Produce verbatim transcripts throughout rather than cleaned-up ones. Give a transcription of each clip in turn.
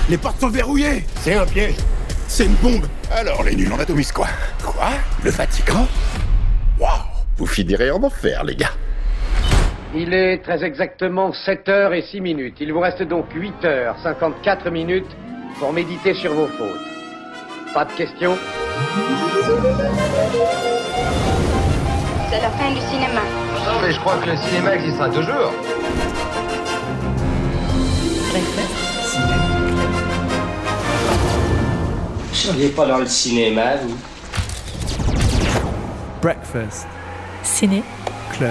Les portes sont verrouillées. C'est un piège. C'est une bombe. Alors, les nuls, on atomise quoi? Quoi? Le Vatican? Waouh! Vous finirez en enfer, les gars. Il est très exactement sept heures et six minutes. Il vous reste donc huit heures cinquante-quatre minutes pour méditer sur vos fautes. Pas de questions? C'est la fin du cinéma. Non, mais je crois que le cinéma existera toujours. Vous seriez pas dans le cinéma, vous? Breakfast Ciné Club.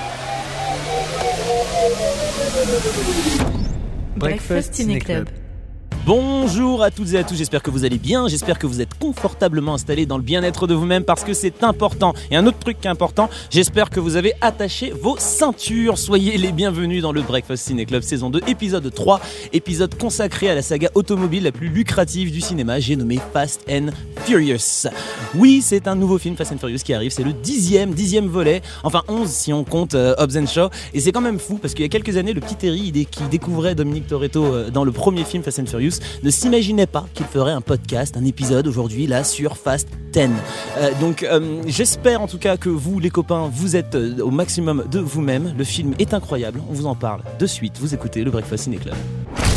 Breakfast Ciné Club. Bonjour à toutes et à tous, j'espère que vous allez bien, j'espère que vous êtes confortablement installés dans le bien-être de vous-même parce que c'est important. Et un autre truc qui est important, j'espère que vous avez attaché vos ceintures. Soyez les bienvenus dans le Breakfast Ciné Club saison deux, épisode trois, épisode consacré à la saga automobile la plus lucrative du cinéma, j'ai nommé Fast and Furious. Oui, c'est un nouveau film Fast and Furious qui arrive, c'est le dixième, dixième volet, enfin onze si on compte euh, Hobbs and Shaw. Et c'est quand même fou parce qu'il y a quelques années, le petit Terry il, qui découvrait Dominique Toretto euh, dans le premier film Fast and Furious ne s'imaginait pas qu'il ferait un podcast, un épisode aujourd'hui là sur Fast dix. Euh, donc euh, j'espère en tout cas que vous les copains, vous êtes euh, au maximum de vous-même. Le film est incroyable, on vous en parle de suite. Vous écoutez le Breakfast Ciné Club.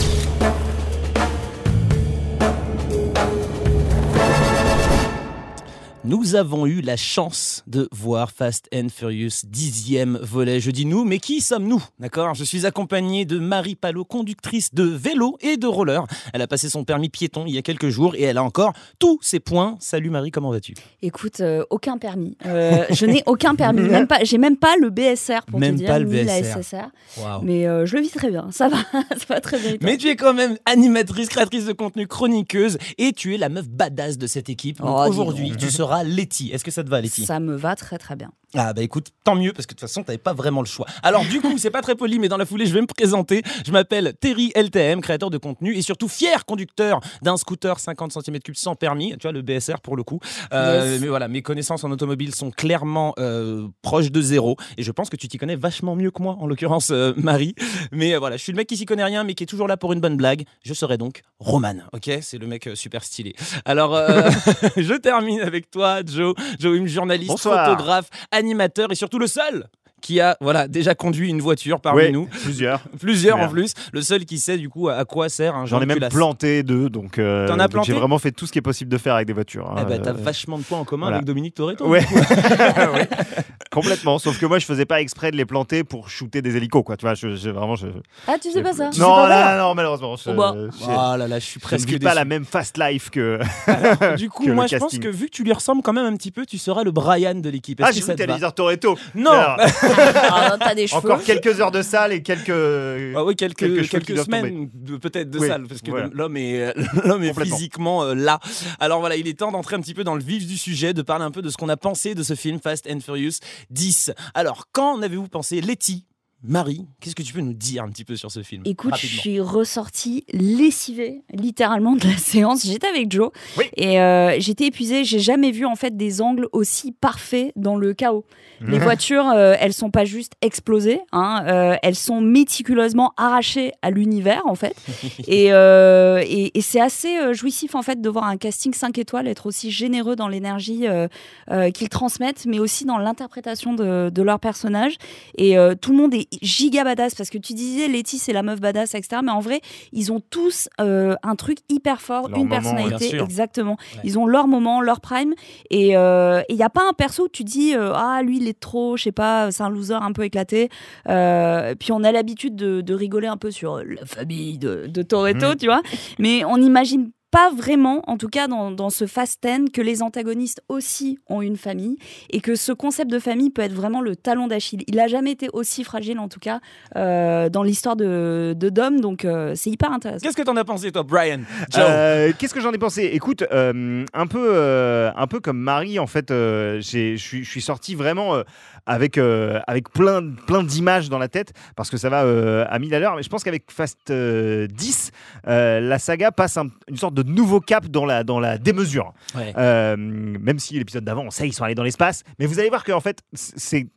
Nous avons eu la chance de voir Fast and Furious dixième volet. Je dis nous, mais qui sommes-nous? D'accord? Je suis accompagné de Marie Palot, conductrice de vélo et de roller. Elle a passé son permis piéton il y a quelques jours et elle a encore tous ses points. Salut Marie, comment vas-tu? Écoute, euh, aucun permis. Euh, je n'ai aucun permis. Même pas, j'ai même pas le B S R pour même te dire, pas le ni B S R. la S S R. Wow. Mais euh, je le vis très bien. Ça va, ça va très bien. Mais tu es quand même animatrice, créatrice de contenu, chroniqueuse et tu es la meuf badass de cette équipe. Donc Oh, aujourd'hui, tu seras Letty. Est-ce que ça te va, Letty? Ça me va très très bien. Ah bah écoute, tant mieux parce que de toute façon t'avais pas vraiment le choix. Alors du coup, c'est pas très poli mais dans la foulée je vais me présenter. Je m'appelle Terry L T M, créateur de contenu et surtout fier conducteur d'un scooter cinquante centimètres cubes sans permis, tu vois le B S R pour le coup. Euh, Yes. Mais voilà, mes connaissances en automobile sont clairement euh, proches de zéro et je pense que tu t'y connais vachement mieux que moi, en l'occurrence euh, Marie. Mais euh, voilà, je suis le mec qui s'y connaît rien mais qui est toujours là pour une bonne blague. Je serai donc Roman, ok? C'est le mec euh, super stylé. Alors euh, je termine avec toi Joe, Joe Im, journaliste, Bonsoir. photographe, animateur et surtout le seul qui a voilà, déjà conduit une voiture parmi Ouais, nous. plusieurs. Plusieurs en Merde. plus. Le seul qui sait du coup à quoi sert un J'en ai même culasse. planté deux, donc, euh, T'en as donc planté j'ai vraiment fait tout ce qui est possible de faire avec des voitures. Eh hein, ben, t'as euh, vachement de points en commun voilà. avec Dominique Toretto. Ouais. Ouais. Complètement. Sauf que moi, je faisais pas exprès de les planter pour shooter des hélicos, quoi. Tu vois, je, je- vraiment, je. Ah, tu sais pas ça? Tu sais Non, pas non, faire non, malheureusement. Je, Oh bah. je- Oh là là, je suis je presque ne vis déçu. pas la même fast life que. Du coup, que le moi, je pense casting. que vu que tu lui ressembles quand même un petit peu, tu seras le Brian de l'équipe. Ah, Est-ce j'ai que cru ça que te t'allais va? dire Toretto. Non. Alors, Ah, t'as des cheveux. encore quelques heures de salle et quelques. Ah oui, quelques, Quelque chose quelques qui doit semaines de- peut-être de Oui, salle, parce que voilà. l'homme est, euh, l'homme est Complètement. physiquement euh, là. Alors voilà, il est temps d'entrer un petit peu dans le vif du sujet, de parler un peu de ce qu'on a pensé de ce film Fast and Furious dix. Alors, quand en avez-vous pensé? Letty, Marie, qu'est-ce que tu peux nous dire un petit peu sur ce film? Écoute, Rapidement. je suis ressortie lessivée, littéralement, de la séance. J'étais avec Joe Oui. et euh, j'étais épuisée. J'ai jamais vu en fait des angles aussi parfaits dans le chaos. Les voitures, euh, elles sont pas juste explosées, hein, euh, elles sont méticuleusement arrachées à l'univers en fait. et, euh, et, et c'est assez euh, jouissif en fait de voir un casting cinq étoiles être aussi généreux dans l'énergie euh, euh, qu'ils transmettent, mais aussi dans l'interprétation de, de leurs personnages. Et euh, tout le monde est giga badass parce que tu disais Letty c'est la meuf badass, et cetera. Mais en vrai, ils ont tous euh, un truc hyper fort, Leur une moment, personnalité, bien sûr. exactement. Ouais. Ils ont leur moment, leur prime. Et il euh, n'y a pas un perso où tu dis euh, ah lui il est trop, je sais pas, c'est un loser un peu éclaté. Euh, puis on a l'habitude de, de rigoler un peu sur la famille de, de Toretto, Mhm. tu vois. Mais on n'imagine pas vraiment, en tout cas dans, dans ce Fast dix, que les antagonistes aussi ont une famille et que ce concept de famille peut être vraiment le talon d'Achille. Il n'a jamais été aussi fragile, en tout cas, euh, dans l'histoire de, de Dom, donc euh, c'est hyper intéressant. Qu'est-ce que t'en as pensé, toi, Brian? Joe. Euh, Qu'est-ce que j'en ai pensé? Écoute, euh, un peu, euh, un peu comme Marie, en fait, euh, j'ai- je suis, je suis sorti vraiment euh, avec, euh, avec plein, plein d'images dans la tête parce que ça va euh, à mille à l'heure. Mais je pense qu'avec Fast euh, dix, euh, la saga passe un- une sorte de nouveau cap dans la, dans la démesure. Ouais. Euh, même si l'épisode d'avant, on sait, ils sont allés dans l'espace. Mais vous allez voir qu'en fait, c'est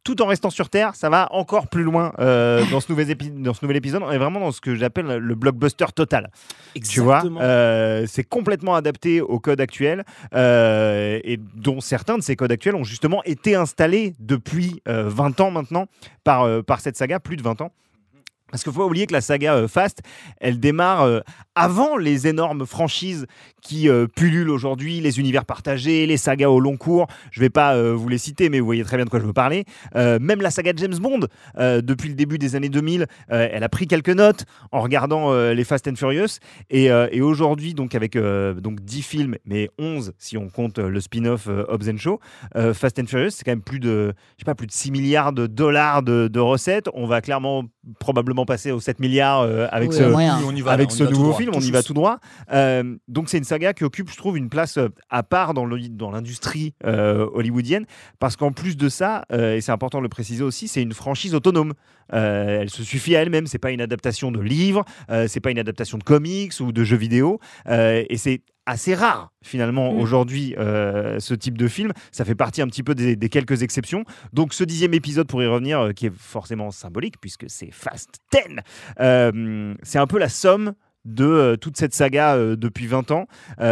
tout en restant sur Terre. Ça va encore plus loin euh, dans, ce nouvel épi- dans ce nouvel épisode. On est vraiment dans ce que j'appelle le blockbuster total. Exactement. Tu vois, euh, c'est complètement adapté au code actuel euh, et dont certains de ces codes actuels ont justement été installés depuis euh, vingt ans maintenant par, euh, par cette saga, plus de vingt ans. Parce qu'il ne faut pas oublier que la saga euh, Fast, elle démarre euh, avant les énormes franchises qui euh, pullulent aujourd'hui, les univers partagés, les sagas au long cours. Je ne vais pas euh, vous les citer, mais vous voyez très bien de quoi je veux parler. Euh, même la saga James Bond, euh, depuis le début des années deux mille, euh, elle a pris quelques notes en regardant euh, les Fast and Furious. Et, euh, et aujourd'hui, donc avec euh, donc dix films, mais onze si on compte euh, le spin-off euh, Hobbs and Shaw, euh, Fast and Furious, c'est quand même plus de, je sais pas, plus de six milliards de dollars de, de recettes. On va clairement, probablement passer aux sept milliards euh, avec Oui, ce, moyen. Oui, on y va, avec on y ce va tout nouveau droit, film, tout on y chousse. va tout droit. Euh, donc c'est une saga qui occupe, je trouve, une place euh, à part dans, le, dans l'industrie euh, hollywoodienne, parce qu'en plus de ça, euh, et c'est important de le préciser aussi, c'est une franchise autonome. Euh, elle se suffit à elle-même, c'est pas une adaptation de livres, euh, c'est pas une adaptation de comics ou de jeux vidéo, euh, et c'est assez rare finalement Mmh. aujourd'hui euh, ce type de film. Ça fait partie un petit peu des, des quelques exceptions. Donc ce dixième épisode, pour y revenir, euh, qui est forcément symbolique puisque c'est Fast dix, euh, c'est un peu la somme de euh, toute cette saga euh, depuis vingt ans,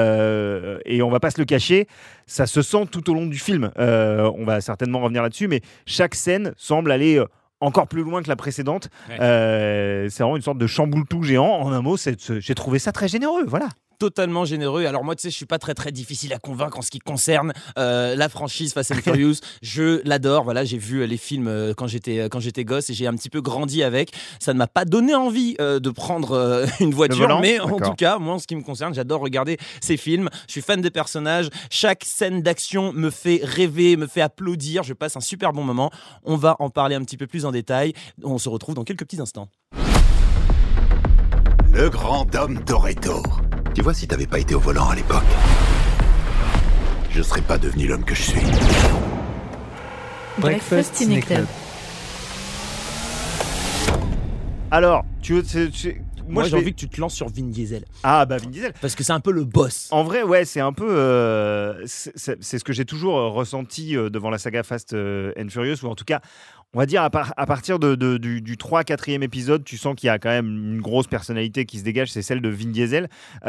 euh, et on va pas se le cacher, ça se sent tout au long du film. Euh, on va certainement revenir là-dessus, mais chaque scène semble aller euh, encore plus loin que la précédente. Ouais. Euh, c'est vraiment une sorte de chamboule-tout géant. En un mot, c'est, c'est- j'ai trouvé ça très généreux, voilà. Totalement généreux. Alors moi, tu sais, je suis pas très très difficile à convaincre en ce qui concerne euh, la franchise Fast and Furious. Je l'adore. Voilà, j'ai vu euh, les films euh, quand j'étais euh, quand j'étais gosse et j'ai un petit peu grandi avec. Ça ne m'a pas donné envie euh, de prendre euh, une voiture, volant, mais en d'accord. tout cas, moi, en ce qui me concerne, j'adore regarder ces films. Je suis fan des personnages. Chaque scène d'action me fait rêver, me fait applaudir. Je passe un super bon moment. On va en parler un petit peu plus en détail. On se retrouve dans quelques petits instants. Le grand Dom Toretto. Tu vois, si t'avais pas été au volant à l'époque, je serais pas devenu l'homme que je suis. Breakfast Ciné Club. Alors, tu veux... c'est- c'est- Moi, je j'ai vais- envie que tu te lances sur Vin Diesel. Ah, bah Vin Diesel. Parce que c'est un peu le boss. En vrai, ouais, c'est un peu... euh, c'est, c'est- c'est ce que j'ai toujours euh, ressenti euh, devant la saga Fast euh, and Furious, ou en tout cas, on va dire à, par- à partir de, de- du, du trois quatrième épisode, tu sens qu'il y a quand même une grosse personnalité qui se dégage, c'est celle de Vin Diesel.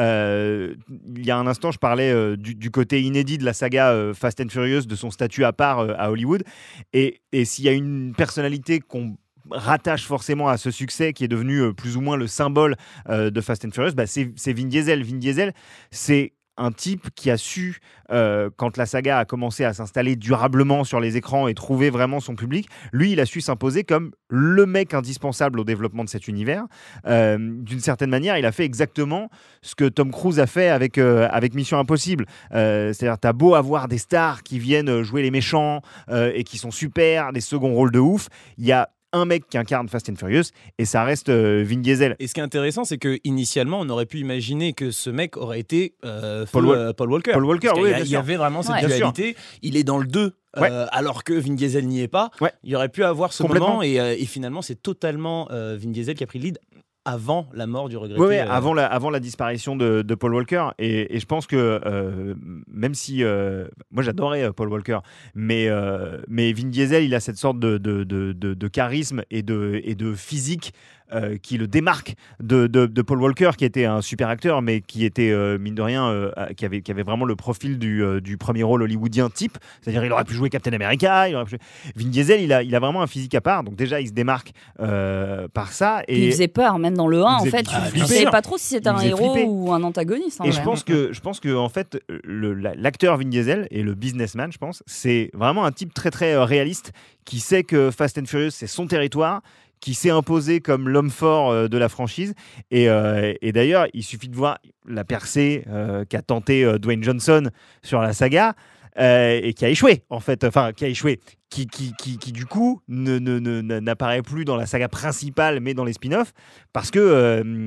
Euh, il y a un instant, je parlais euh, du, du côté inédit de la saga euh, Fast and Furious, de son statut à part euh, à Hollywood. Et, et s'il y a une personnalité qu'on rattache forcément à ce succès qui est devenu euh, plus ou moins le symbole euh, de Fast and Furious, bah, c'est, c'est Vin Diesel. Vin Diesel, c'est un type qui a su, euh, quand la saga a commencé à s'installer durablement sur les écrans et trouver vraiment son public, lui, il a su s'imposer comme le mec indispensable au développement de cet univers. Euh, d'une certaine manière, il a fait exactement ce que Tom Cruise a fait avec, euh, avec Mission Impossible. Euh, c'est-à-dire, t'as beau avoir des stars qui viennent jouer les méchants euh, et qui sont super, des seconds rôles de ouf, il y a un mec qui incarne Fast and Furious et ça reste euh, Vin Diesel. Et ce qui est intéressant, c'est que initialement, on aurait pu imaginer que ce mec aurait été euh, Paul feu, Wa- euh, Paul Walker. Paul Walker, Parce qu'il oui, y a- bien Il y sûr. avait vraiment cette Ouais. Bien sûr. dualité. Il est dans le deux. Ouais. euh, alors que Vin Diesel n'y est pas. Ouais. Il aurait pu avoir ce Complètement. moment et, euh, et finalement, c'est totalement euh, Vin Diesel qui a pris le lead avant la mort du regretté. Oui, ouais, euh, avant, la, avant la disparition de, de Paul Walker. Et, et je pense que euh, même si. euh, moi, j'adorais euh, Paul Walker, mais, euh, mais Vin Diesel, il a cette sorte de, de, de, de, de charisme et de, et de physique. Euh, qui le démarque de, de, de Paul Walker, qui était un super acteur, mais qui était, euh, mine de rien, euh, qui, avait, qui avait vraiment le profil du, euh, du premier rôle hollywoodien type. C'est-à-dire, il aurait pu jouer Captain America. Il aurait pu jouer... Vin Diesel, il a, il a vraiment un physique à part. Donc, déjà, il se démarque euh, par ça. Et... Il faisait peur, même dans le un, en faisait- fait. il faisait Je flipper. savais pas trop si c'était Il un faisait héros flipper. ou un antagoniste. en Et vrai. je pense que, je pense que en fait, le- la- l'acteur Vin Diesel et le businessman, je pense, c'est vraiment un type très très euh, réaliste qui sait que Fast and Furious c'est son territoire, qui s'est imposé comme l'homme fort euh, de la franchise. Et, euh, et d'ailleurs, il suffit de voir la percée euh, qu'a tenté euh, Dwayne Johnson sur la saga euh, et qui a échoué, en fait. Enfin, qui a échoué. Qui, qui, qui, qui du coup, ne, ne, ne- n'apparaît plus dans la saga principale, mais dans les spin-offs. Parce que. euh,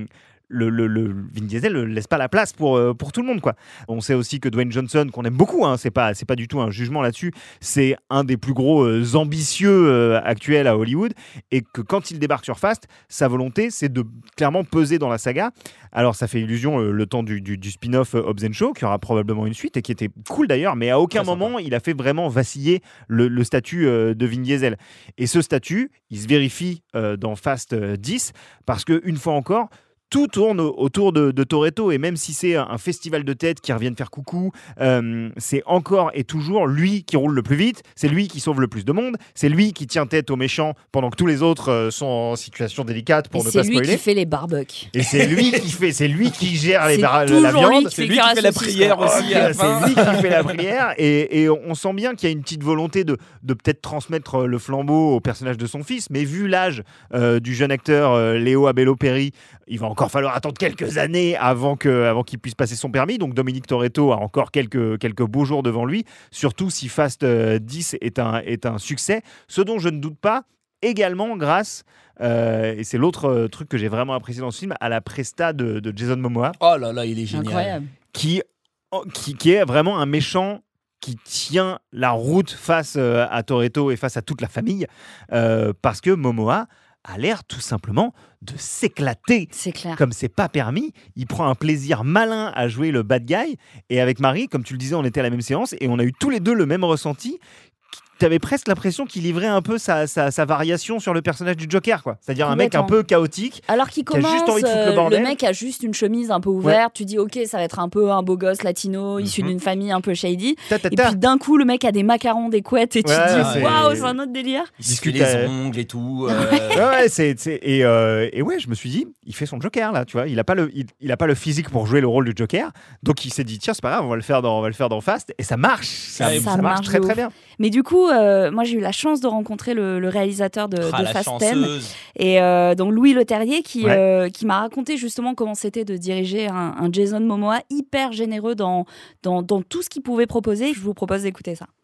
le, le, le Vin Diesel ne laisse pas la place pour, euh, pour tout le monde, quoi. On sait aussi que Dwayne Johnson, qu'on aime beaucoup, hein, c'est pas, c'est pas du tout un jugement là-dessus, c'est un des plus gros euh, ambitieux euh, actuels à Hollywood, et que quand il débarque sur Fast, sa volonté, c'est de clairement peser dans la saga. Alors, ça fait illusion euh, le temps du, du, du spin-off euh, Hobbs and Shaw, qui aura probablement une suite, et qui était cool d'ailleurs, mais à aucun Très moment, sympa. il a fait vraiment vaciller le, le statut euh, de Vin Diesel. Et ce statut, il se vérifie euh, dans Fast dix, parce qu'une fois encore, tout tourne autour de, de Toretto, et même si c'est un festival de tête qui revient de faire coucou, euh, c'est encore et toujours lui qui roule le plus vite, c'est lui qui sauve le plus de monde, c'est lui qui tient tête aux méchants pendant que tous les autres euh, sont en situation délicate pour et ne pas spoiler. C'est lui qui fait les barbecues. Et c'est lui qui fait, c'est lui qui gère les bar- la viande, c'est lui qui fait la prière aussi. Okay, c'est lui qui fait la prière, et, et on sent bien qu'il y a une petite volonté de, de peut-être transmettre le flambeau au personnage de son fils, mais vu l'âge euh, du jeune acteur euh, Léo Abello-Perry, il va encore falloir attendre quelques années avant, que, avant qu'il puisse passer son permis. Donc Dominique Toretto a encore quelques, quelques beaux jours devant lui, surtout si Fast dix est un, est un succès, ce dont je ne doute pas, également grâce, euh, et c'est l'autre euh, truc que j'ai vraiment apprécié dans ce film, à la presta de, de Jason Momoa. Oh là là, il est génial. Incroyable. Qui, qui, qui est vraiment un méchant qui tient la route face euh, à Toretto et face à toute la famille, euh, parce que Momoa a l'air tout simplement de s'éclater. C'est clair. Comme c'est pas permis, il prend un plaisir malin à jouer le bad guy. Et avec Marie, comme tu le disais, on était à la même séance et on a eu tous les deux le même ressenti. Tu avais presque l'impression qu'il livrait un peu sa, sa, sa variation sur le personnage du Joker, quoi. C'est-à-dire un mec un peu chaotique. Alors qu'il commence, qui a juste envie de foutre le euh, bordel. le mec a juste une chemise un peu ouverte. Ouais. Tu dis, ok, ça va être un peu un beau gosse latino, issu Mm-hmm. d'une famille un peu shady. Ta, ta, ta. Et puis d'un coup, le mec a des macarons, des couettes, et tu Ouais, te dis, waouh, c'est... c'est un autre délire. Il discute les ongles et tout. Euh... ouais, ouais, c'est, c'est... Et, euh, et ouais, je me suis dit, il fait son Joker là, tu vois. Il a pas le, il, il a pas le physique pour jouer le rôle du Joker, donc il s'est dit, tiens, c'est pas grave, on va le faire dans, on va le faire dans Fast, et ça marche, ça, ça, ça, ça marche, marche très très bien. Mais du coup, euh, moi j'ai eu la chance de rencontrer le, le réalisateur de, ah, de Fast dix, et euh, donc Louis Leterrier qui, ouais. euh, qui m'a raconté justement comment c'était de diriger un, un Jason Momoa hyper généreux dans, dans, dans tout ce qu'il pouvait proposer. Je vous propose d'écouter ça.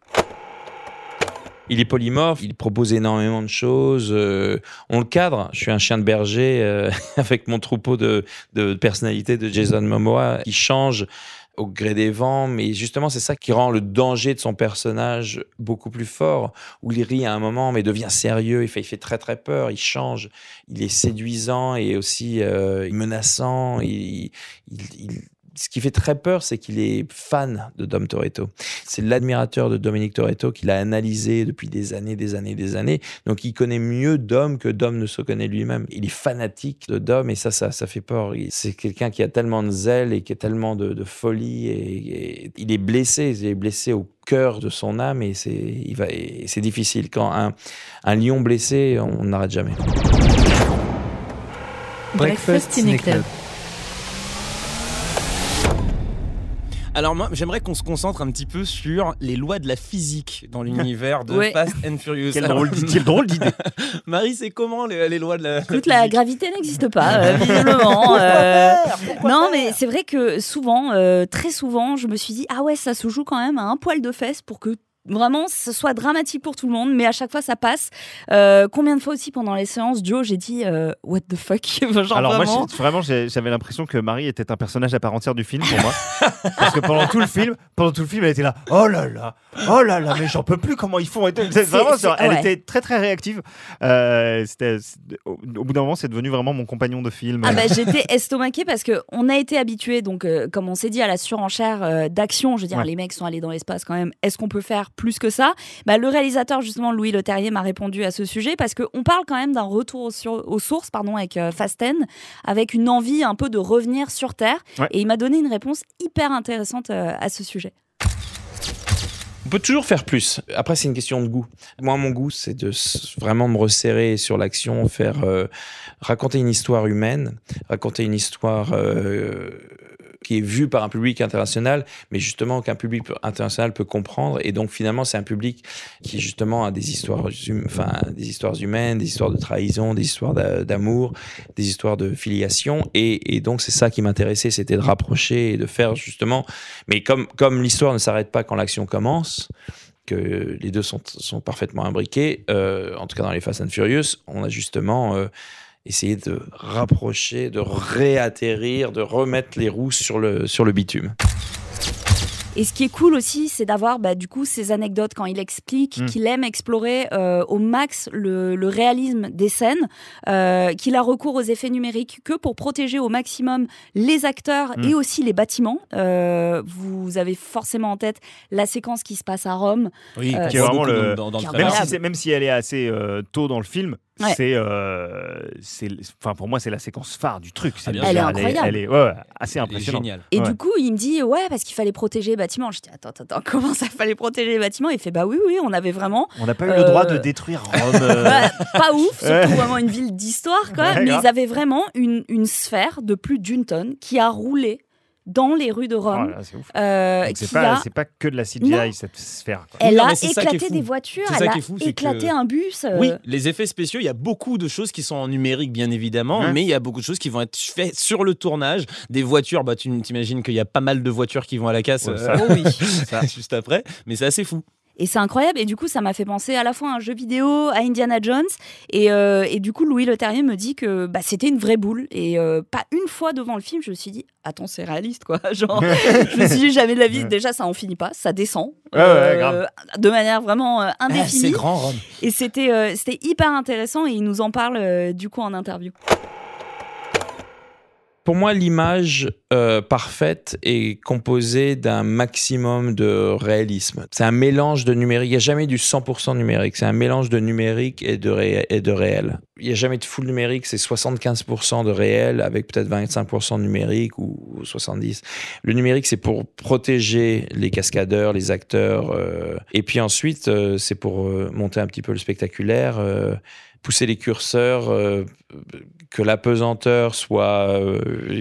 Il est polymorphe, il propose énormément de choses. Euh, on le cadre. Je suis un chien de berger euh, avec mon troupeau de, de personnalités de Jason Momoa qui change au gré des vents, mais justement c'est ça qui rend le danger de son personnage beaucoup plus fort, où il rit à un moment mais devient sérieux, il fait, il fait très très peur, il change, il est séduisant et aussi euh, menaçant, il, il, il ce qui fait très peur, c'est qu'il est fan de Dom Toretto. C'est l'admirateur de Dominique Toretto qu'il a analysé depuis des années, des années, des années. Donc, il connaît mieux Dom que Dom ne se connaît lui-même. Il est fanatique de Dom et ça, ça, ça fait peur. C'est quelqu'un qui a tellement de zèle et qui a tellement de, de folie. Et, et il est blessé, il est blessé au cœur de son âme et c'est, il va, et c'est difficile. Quand un, un lion blessé, on n'arrête jamais. Breakfast Ciné Club. Alors moi, j'aimerais qu'on se concentre un petit peu sur les lois de la physique dans l'univers de ouais. Fast and Furious. Quelle drôle, quelle drôle d'idée. Marie, c'est comment les, les lois de la, Écoute, la, la gravité n'existe pas, euh, visiblement. euh... Non, mais c'est vrai que souvent, euh, très souvent, je me suis dit, ah ouais, ça se joue quand même à un poil de fesse pour que vraiment ce soit dramatique pour tout le monde, mais à chaque fois ça passe. Euh, combien de fois aussi pendant les séances, Joe, j'ai dit euh, what the fuck. Genre Alors vraiment... moi, j'ai, vraiment, j'ai, j'avais l'impression que Marie était un personnage à part entière du film pour moi, parce que pendant tout le film, pendant tout le film, elle était là, oh là là, oh là là, mais j'en peux plus, comment ils font. Et c'est, c'est, vraiment, c'est, elle ouais. était très très réactive. Euh, c'était, c'était, au, au bout d'un moment, c'est devenu vraiment mon compagnon de film. Ah bah j'étais estomaquée parce que on a été habitué, donc euh, comme on s'est dit, à la surenchère euh, d'action. Je veux dire, ouais. les mecs sont allés dans l'espace quand même. Est-ce qu'on peut faire plus que ça? Bah, le réalisateur, justement, Louis Leterrier, m'a répondu à ce sujet parce qu'on parle quand même d'un retour aux, sur, aux sources pardon, avec euh, Fast dix, avec une envie un peu de revenir sur Terre. Ouais. Et il m'a donné une réponse hyper intéressante euh, à ce sujet. On peut toujours faire plus. Après, c'est une question de goût. Moi, mon goût, c'est de vraiment me resserrer sur l'action, faire euh, raconter une histoire humaine, raconter une histoire euh, qui est vue par un public international, mais justement qu'un public international peut comprendre. Et donc, finalement, c'est un public qui, justement, a des histoires, hum, enfin, des histoires humaines, des histoires de trahison, des histoires d'amour, des histoires de filiation. Et, et donc, c'est ça qui m'intéressait, c'était de rapprocher et de faire, justement... Mais comme, comme l'histoire ne s'arrête pas quand l'action commence, que les deux sont, sont parfaitement imbriqués, euh, en tout cas dans les Fast and Furious, on a justement... Euh, essayer de rapprocher, de réatterrir, de remettre les roues sur le, sur le bitume. Et ce qui est cool aussi, c'est d'avoir bah, du coup ces anecdotes quand il explique mmh. qu'il aime explorer euh, au max le, le réalisme des scènes, euh, qu'il a recours aux effets numériques que pour protéger au maximum les acteurs mmh. et aussi les bâtiments. Euh, vous avez forcément en tête la séquence qui se passe à Rome. Oui, euh, qui est vraiment le... Dans, dans, dans même, si même si elle est assez euh, tôt dans le film, ouais. c'est, euh, c'est, enfin pour moi c'est la séquence phare du truc. C'est ah, elle est incroyable. Elle est, elle est ouais, ouais, assez impressionnante. Et ouais. du coup il me dit ouais parce qu'il fallait protéger les bâtiments. Je dis attends attends comment ça fallait protéger les bâtiments? Il fait bah oui oui on avait vraiment. On n'a pas eu euh... le droit de détruire Rome. Euh... bah, pas ouf, surtout vraiment une ville d'histoire quoi. Ouais, mais grave. Ils avaient vraiment une une sphère de plus d'une tonne qui a roulé dans les rues de Rome. Oh là, c'est, ouf. Euh, c'est, pas, a... c'est pas que de la C G I, non. Cette sphère. Quoi. Elle non, a éclaté des voitures, c'est elle a fou, éclaté que... un bus. Euh... Oui, les effets spéciaux, il y a beaucoup de choses qui sont en numérique, bien évidemment, hein? Mais il y a beaucoup de choses qui vont être faites sur le tournage. Des voitures, bah, tu t'imagines qu'il y a pas mal de voitures qui vont à la casse ouais, euh, ça. Oh, oui. ça, juste après, mais c'est assez fou. Et c'est incroyable. Et du coup, ça m'a fait penser à la fois à un jeu vidéo, à Indiana Jones. Et, euh, et du coup, Louis Leterrier me dit que bah, c'était une vraie boule. Et euh, pas une fois devant le film, je me suis dit, attends, c'est réaliste, quoi. Genre, je me suis dit, jamais de la vie. Déjà, ça en finit pas. Ça descend. Ouais, euh, ouais, grave. De manière vraiment euh, indéfinie. Ah, c'est grand, Rome. Et c'était, euh, c'était hyper intéressant. Et il nous en parle, euh, du coup, en interview. Pour moi, l'image euh, parfaite est composée d'un maximum de réalisme. C'est un mélange de numérique. Il n'y a jamais du cent pour cent numérique. C'est un mélange de numérique et de, ré- et de réel. Il n'y a jamais de full numérique. C'est soixante-quinze pour cent de réel avec peut-être vingt-cinq pour cent de numérique ou soixante-dix pour cent. Le numérique, c'est pour protéger les cascadeurs, les acteurs. Euh, et puis ensuite, euh, c'est pour euh, monter un petit peu le spectaculaire. Euh, pousser les curseurs, euh, que la pesanteur soit euh,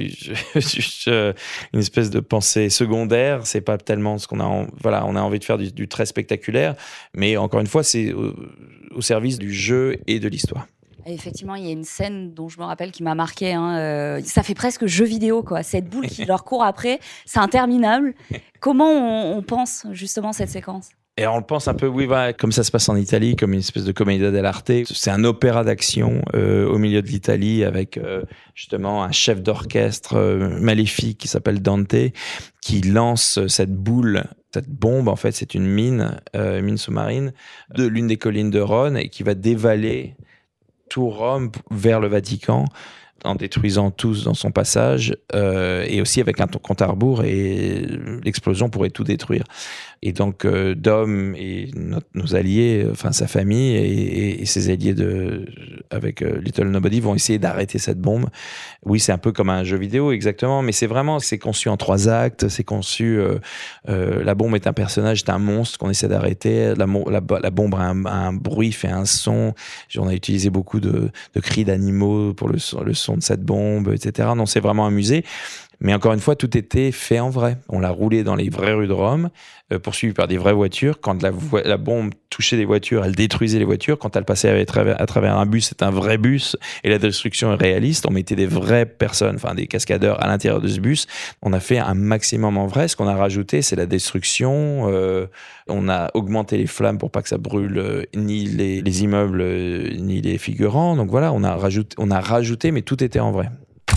juste euh, une espèce de pensée secondaire. C'est pas tellement ce qu'on a. En, voilà, on a envie de faire du, du très spectaculaire, mais encore une fois, c'est au, au service du jeu et de l'histoire. Effectivement, il y a une scène dont je me rappelle qui m'a marqué. Hein, euh, ça fait presque jeu vidéo, quoi. Cette boule qui leur court après, c'est interminable. Comment on, on pense justement cette séquence ? Et on le pense un peu, oui, voilà, comme ça se passe en Italie, comme une espèce de commedia dell'arte. C'est un opéra d'action euh, au milieu de l'Italie avec euh, justement un chef d'orchestre euh, maléfique qui s'appelle Dante, qui lance cette boule, cette bombe, en fait, c'est une mine, euh, mine sous-marine, de l'une des collines de Rhône et qui va dévaler tout Rome vers le Vatican, en détruisant tous dans son passage, euh, et aussi avec un compte à rebours, et l'explosion pourrait tout détruire. Et donc, euh, Dom et notre, nos alliés, enfin sa famille et, et, et ses alliés de, avec euh, Little Nobody vont essayer d'arrêter cette bombe. Oui, c'est un peu comme un jeu vidéo, exactement, mais c'est vraiment, c'est conçu en trois actes, c'est conçu, euh, euh, la bombe est un personnage, c'est un monstre qu'on essaie d'arrêter, la, la, la bombe a un, un bruit, fait un son, on a utilisé beaucoup de, de cris d'animaux pour le son, le son de cette bombe, et cetera. Non, c'est vraiment amusé. Mais encore une fois, tout était fait en vrai. On l'a roulé dans les vraies rues de Rome, euh, poursuivi par des vraies voitures. Quand la, vo- la bombe touchait les voitures, elle détruisait les voitures. Quand elle passait à travers, à travers un bus, c'est un vrai bus. Et la destruction est réaliste. On mettait des vraies personnes, enfin des cascadeurs à l'intérieur de ce bus. On a fait un maximum en vrai. Ce qu'on a rajouté, c'est la destruction. Euh, on a augmenté les flammes pour pas que ça brûle euh, ni les, les immeubles, euh, ni les figurants. Donc voilà, on a rajouté, on a rajouté, mais tout était en vrai.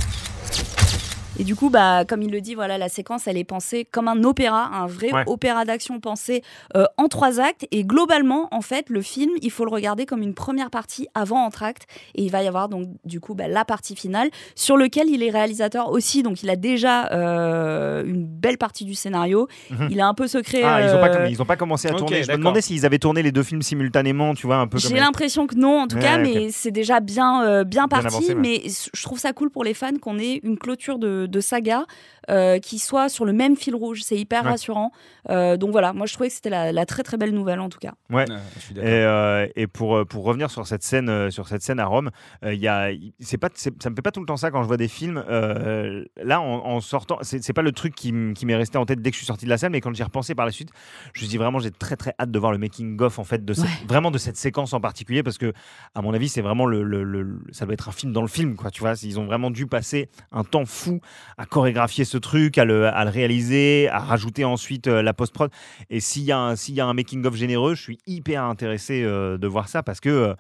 Et du coup, bah, comme il le dit, voilà, la séquence, elle est pensée comme un opéra, un vrai ouais. opéra d'action pensé euh, en trois actes. Et globalement, en fait, le film, il faut le regarder comme une première partie avant entracte. Et il va y avoir donc, du coup, bah, la partie finale, sur lequel il est réalisateur aussi. Donc, il a déjà euh, une belle partie du scénario. Mm-hmm. Il est un peu secret. Ah, euh... ils n'ont pas, ils ont pas commencé à okay, tourner. Je d'accord. me demandais s'ils avaient tourné les deux films simultanément, tu vois, un peu comme... J'ai l'impression que non, en tout ouais, cas, okay. mais c'est déjà bien, euh, bien, bien parti. Avancé, ouais. Mais je trouve ça cool pour les fans qu'on ait une clôture de de saga euh, qui soit sur le même fil rouge, c'est hyper ouais. rassurant. Euh, donc voilà, moi je trouvais que c'était la, la très très belle nouvelle en tout cas. Ouais. ouais je suis d'accord. Et, euh, et pour pour revenir sur cette scène euh, sur cette scène à Rome, il euh, y a c'est pas c'est, ça me fait pas tout le temps ça quand je vois des films. Euh, là en, en sortant, c'est, c'est pas le truc qui, m- qui m'est resté en tête dès que je suis sorti de la salle, mais quand j'y repensé par la suite, je me dis vraiment j'ai très très hâte de voir le making of en fait de cette, ouais. vraiment de cette séquence en particulier parce que à mon avis c'est vraiment le, le, le ça doit être un film dans le film quoi. Tu vois, ils ont vraiment dû passer un temps fou à chorégraphier ce truc, à le, à le réaliser, à rajouter ensuite euh, la post-prod. Et s'il y a un, s'il y a un making-of généreux, je suis hyper intéressé euh, de voir ça parce que euh,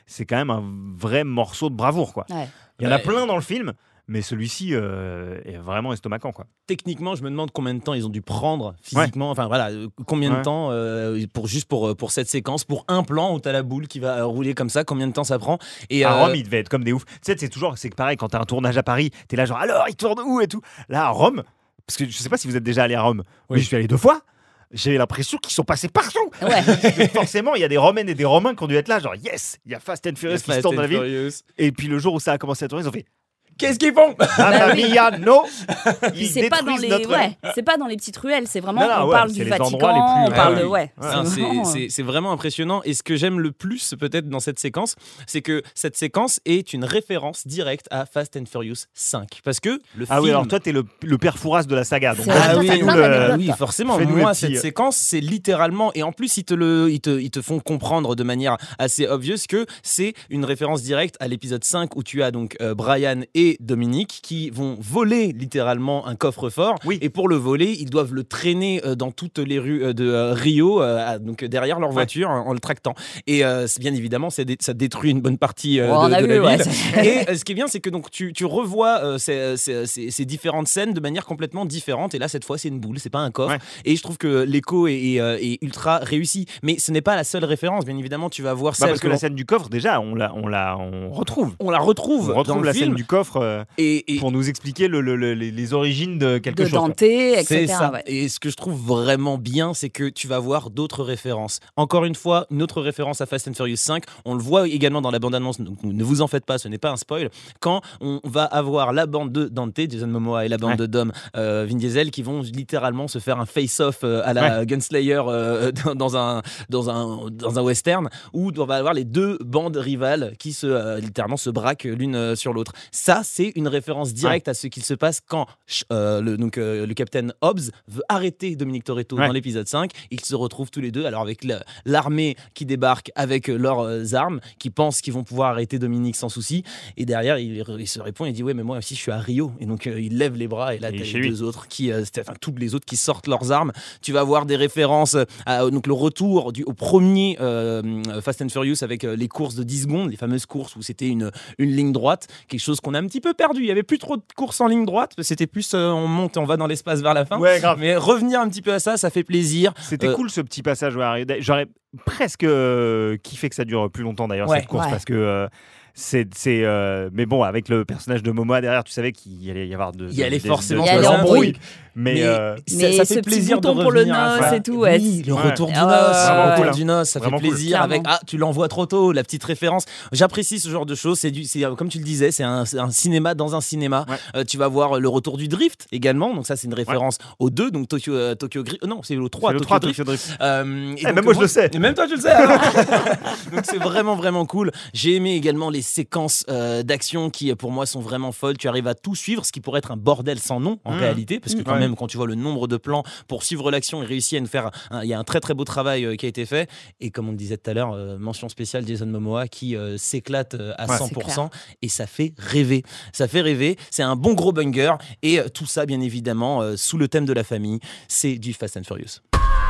c'est quand même un vrai morceau de bravoure, quoi. Ouais. Il y en a Ouais. plein dans le film, mais celui-ci euh, est vraiment estomacant, quoi. Techniquement, je me demande combien de temps ils ont dû prendre physiquement. Ouais. Enfin voilà, euh, combien Ouais. de temps euh, pour juste pour pour cette séquence, pour un plan où t'as la boule qui va euh, rouler comme ça. Combien de temps ça prend? Et à euh, Rome, il devait être comme des oufs. Tu sais, c'est toujours, c'est pareil quand t'as un tournage à Paris, t'es là genre alors il tourne où et tout. Là à Rome, parce que je sais pas si vous êtes déjà allé à Rome, Oui. mais je suis allé deux fois. J'ai l'impression qu'ils sont passés partout. Ouais. Donc forcément, il y a des Romaines et des Romains qui ont dû être là, genre yes, il y a Fast and Furious qui se Fast tourne dans and la ville. Furious. Et puis le jour où ça a commencé à tourner, ils ont fait Qu'est-ce qu'ils font? Mamma mia, no. Puis Ils c'est pas dans détruisent les, notre. ouais, c'est pas dans les petites ruelles, c'est vraiment Non, non, on ouais, parle c'est du les Vatican, endroits les plus- on parle ouais, de oui. ouais. Non, c'est c'est- vraiment, euh, c'est c'est vraiment impressionnant. Et ce que j'aime le plus, peut-être, dans cette séquence, c'est que cette séquence est une référence directe à Fast and Furious cinq. Parce que le Ah film. oui, alors toi, t'es le, le père Fouras de la saga. Donc C'est vrai, Ah toi, oui, t'as fais-nous plein le- d'anecdotes. oui, forcément. Fais-nous Moi, le cette petit- séquence, c'est littéralement, et en plus, ils te, le, ils, te, ils te font comprendre de manière assez obvious que c'est une référence directe à l'épisode cinq où tu as donc euh, Brian et Dominique qui vont voler littéralement un coffre-fort. Oui. Et pour le voler, ils doivent le traîner euh, dans toutes les rues euh, de euh, Rio, euh, à- donc derrière leur voiture, en, en le tractant. Et euh, c'est bien évidemment, c'est dé- ça détruit une bonne partie euh, Ouais, on de, a de vu, la ouais, ville. c'est- Et euh, ce qui est bien, c'est que donc tu, tu revois euh, ces, ces, ces- ces différentes scènes de manière complètement différente. Et là, cette fois, c'est une boule, c'est pas un coffre. Ouais. Et je trouve que l'écho est, est, euh, est ultra réussi. Mais ce n'est pas la seule référence. Bien évidemment, tu vas voir Bah, celle parce que l'on- la scène du coffre, déjà, on la, on la, on retrouve. on la retrouve, On retrouve dans le la film. scène du coffre euh, Et, et pour nous expliquer le, le- le- les, les origines de quelque de chose. quoi. Dante, et c'est cetera. ça. Ouais. Et ce que je trouve vraiment bien, c'est que tu vas voir d'autres références. Encore une fois, une autre référence à Fast and Furious cinq. On le voit également dans la bande-annonce, donc ne vous en faites pas, ce n'est pas un spoil. Quand on va avoir la bande de Dante, Jason Momoa, et la bande Ouais. de Dom, euh, Vin Diesel, qui vont littéralement se faire un face-off euh, à la Gunslayer euh, dans, dans un, dans, un, dans un western, où on va avoir les deux bandes rivales qui se, euh, littéralement se braquent l'une euh, sur l'autre. Ça, c'est une référence directe à ce qu'il se passe quand euh, le, donc, euh, le capitaine Hobbs veut arrêter Dominique Toretto Ouais. dans l'épisode cinq. Ils se retrouvent tous les deux, alors avec la- l'armée qui débarque avec euh, leurs euh, armes, qui pensent qu'ils vont pouvoir arrêter Dominique sans souci. Et derrière, il, il se répond, il dit ouais, mais moi aussi je suis à Rio. Et donc euh, il lève les bras et là Et t'as chez les lui. deux autres qui, euh, c'était- enfin tous les autres qui sortent leurs armes. Tu vas voir des références à donc le retour du, au premier euh, Fast and Furious avec euh, les courses de dix secondes, les fameuses courses où c'était une, une ligne droite, quelque chose qu'on a un petit peu perdu. Il y avait plus trop de courses en ligne droite, c'était plus euh, on monte et on va dans l'espace vers la fin. Ouais, grave. Mais revenir un petit peu à ça, ça fait plaisir. C'était Euh, cool ce petit passage. Ouais. J'aurais presque euh, kiffé que ça dure plus longtemps d'ailleurs Ouais. cette course Ouais. parce que euh, c'est, c'est euh, mais bon avec le personnage de Momoa derrière, tu savais qu'il allait y avoir de, Il y allait de- forcément de- Il y de- allait d'embrouilles. embrouille. Mais, Mais, euh, ça, Mais ça ce fait petit plaisir de bouton pour le revenir à noce ça. et tout, ouais. Oui, le Ouais. retour du Ah noce, ouais, le ouais, retour ouais. du noce, ça Vraiment fait cool. plaisir avec Clairement. ah tu l'envoies trop tôt, la petite référence. J'apprécie ce genre de choses. C'est du, c'est euh, comme tu le disais, c'est un, c'est un cinéma dans un cinéma. Ouais. Euh, tu vas voir le retour du drift également, donc ça c'est une référence au deux, donc Tokyo euh, Tokyo Drift. non, c'est le trois. c'est le Tokyo trois, Drift. Tokyo Drift. Euh, et Eh, donc, même moi, je le sais. et même toi tu le sais. alors. Donc c'est vraiment vraiment cool. J'ai aimé également les séquences euh, d'action qui pour moi sont vraiment folles. Tu arrives à tout suivre, ce qui pourrait être un bordel sans nom en Mmh. réalité, parce que quand Ouais. même quand tu vois le nombre de plans pour suivre l'action et réussir à nous faire, un- il y a un très très beau travail euh, qui a été fait. Et comme on le disait tout à l'heure, euh, mention spéciale Jason Momoa qui euh, s'éclate euh, à Ouais. cent C'est pour cent et ça fait rêver. Ça fait rêver. C'est un bon gros banger et euh, tout ça bien évidemment euh, sous le thème de la famille. C'est du Fast and Furious.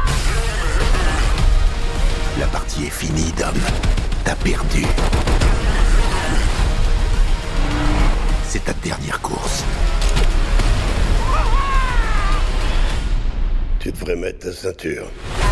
La partie est finie, Dom. T'as perdu. C'est ta dernière course. Tu devrais mettre ta ceinture.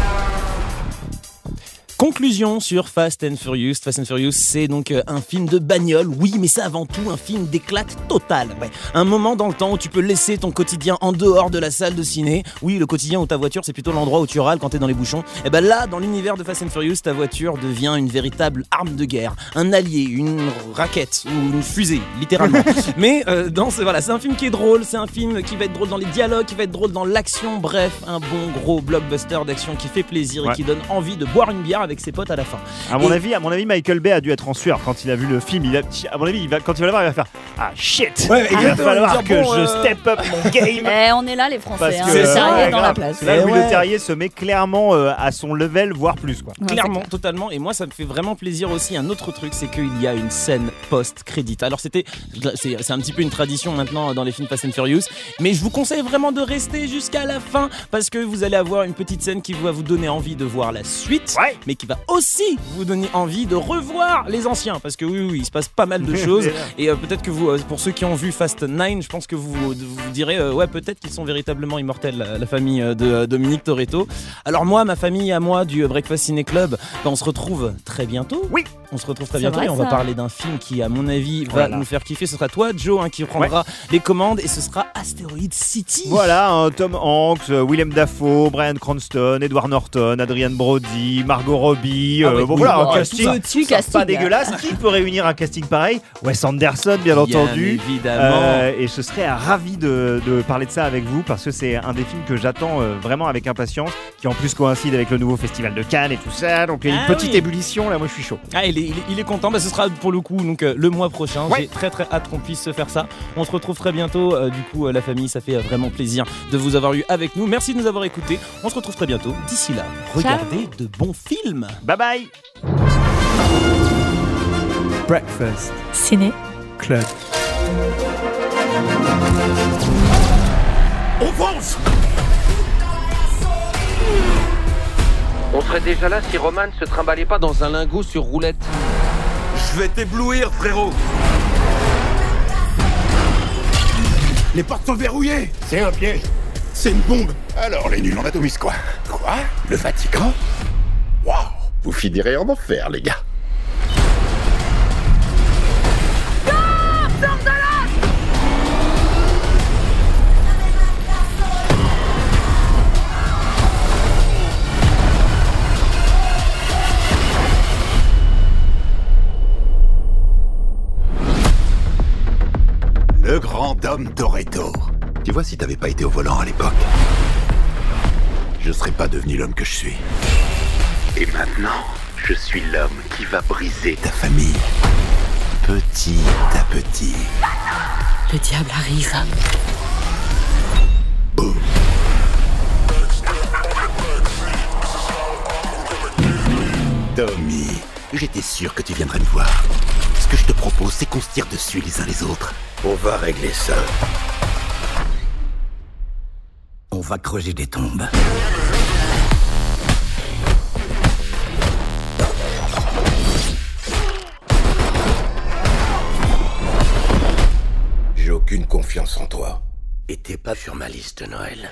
Conclusion sur Fast and Furious. Fast and Furious, c'est donc euh, un film de bagnole, oui, mais c'est avant tout un film d'éclate totale. Ouais. Un moment dans le temps où tu peux laisser ton quotidien en dehors de la salle de ciné. Oui, le quotidien où ta voiture, c'est plutôt l'endroit où tu râles quand t'es dans les bouchons. Et ben là, dans l'univers de Fast and Furious, ta voiture devient une véritable arme de guerre, un allié, une raquette ou une fusée, littéralement. Mais euh, dans ce, voilà, c'est un film qui est drôle, c'est un film qui va être drôle dans les dialogues, qui va être drôle dans l'action. Bref, un bon gros blockbuster d'action qui fait plaisir Ouais. et qui donne envie de boire une bière avec ses potes à la fin. À mon Et- avis, à mon avis, Michael Bay a dû être en sueur quand il a vu le film. Il a, à mon avis, il va, quand il va le voir, il va faire ah shit. Ouais, il va exactement, falloir il va que dire, bon, je euh, step up mon game. Eh, on est là les Français, Parce hein, que le c'est Terrier ça, dans la grave. place. Là, Eh Louis ouais. Le Terrier se met clairement euh, à son level, voire plus quoi. Ouais, Clairement, c'est totalement. Et moi, ça me fait vraiment plaisir aussi. Un autre truc, c'est qu'il y a une scène post-crédit. Alors, c'était, c'est, c'est un petit peu une tradition maintenant dans les films Fast and Furious. Mais je vous conseille vraiment de rester jusqu'à la fin parce que vous allez avoir une petite scène qui va vous donner envie de voir la suite. Ouais. Mais qui va aussi vous donner envie de revoir les anciens, parce que oui, oui, il se passe pas mal de choses. Et euh, peut-être que vous, euh, pour ceux qui ont vu Fast Nine, je pense que vous vous direz, euh, ouais, peut-être qu'ils sont véritablement immortels, la, la famille de euh, Dominique Toretto. Alors moi, ma famille à moi du Breakfast Ciné Club, bah, on se retrouve très bientôt. Oui. On se retrouve très C'est bientôt vrai, et on va ça. parler d'un film qui, à mon avis, va Voilà. nous faire kiffer. Ce sera toi, Joe, hein, qui prendra les commandes et ce sera Asteroid City. Voilà, hein, Tom Hanks, euh, Willem Dafoe, Bryan Cranston, Edward Norton, Adrian Brody, Margot Robbie. Ah euh, ouais, bon oui, voilà, bon, un tout casting petit pas casting, dégueulasse. Qui peut réunir un casting pareil? Wes Anderson, bien, Bien entendu. évidemment. Euh, et je serais ravi de, de parler de ça avec vous parce que c'est un des films que j'attends euh, vraiment avec impatience, qui en plus coïncide avec le nouveau festival de Cannes et tout ça. Donc il y a une Ah petite oui. ébullition là, moi je suis chaud. Ah, il est, il est, il est content, bah, ce sera pour le coup donc, euh, le mois prochain. Ouais. J'ai très très hâte qu'on puisse se faire ça. On se retrouve très bientôt. Euh, du coup, euh, la famille, ça fait euh, vraiment plaisir de vous avoir eu avec nous. Merci de nous avoir écoutés. On se retrouve très bientôt. D'ici là, regardez de bons films. Bye bye. Breakfast Ciné Club. On fonce! On serait déjà là si Roman se trimballait pas dans un lingot sur roulette. Je vais t'éblouir, frérot! Les portes sont verrouillées! C'est un piège! C'est une bombe! Alors, les nuls en atomisent quoi? Quoi? Le Vatican? Waouh! Vous finirez en enfer, les gars. Le grand Dom Toretto. Tu vois, si t'avais pas été au volant à l'époque, je serais pas devenu l'homme que je suis. Et maintenant, je suis l'homme qui va briser ta famille. Petit à petit. Le diable arrive. Boum. Tommy, j'étais sûr que tu viendrais me voir. Ce que je te propose, c'est qu'on se tire dessus les uns les autres. On va régler ça. On va creuser des tombes. J'ai aucune confiance en toi. Et t'es pas sur ma liste de Noël.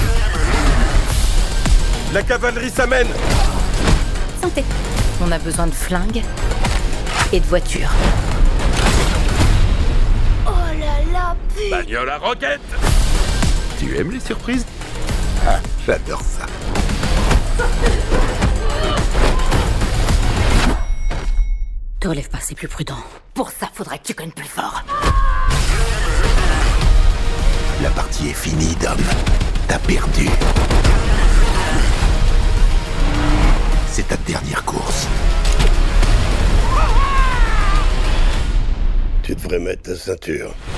La cavalerie s'amène! Santé. On a besoin de flingues et de voitures. Oh là là, putain! Bagnole à roquette! Tu aimes les surprises? Ah, j'adore ça. Te relève pas, c'est plus prudent. Pour ça, faudrait que tu cognes plus fort. La partie est finie, Dom. T'as perdu. C'est ta dernière course. Tu devrais mettre ta ceinture.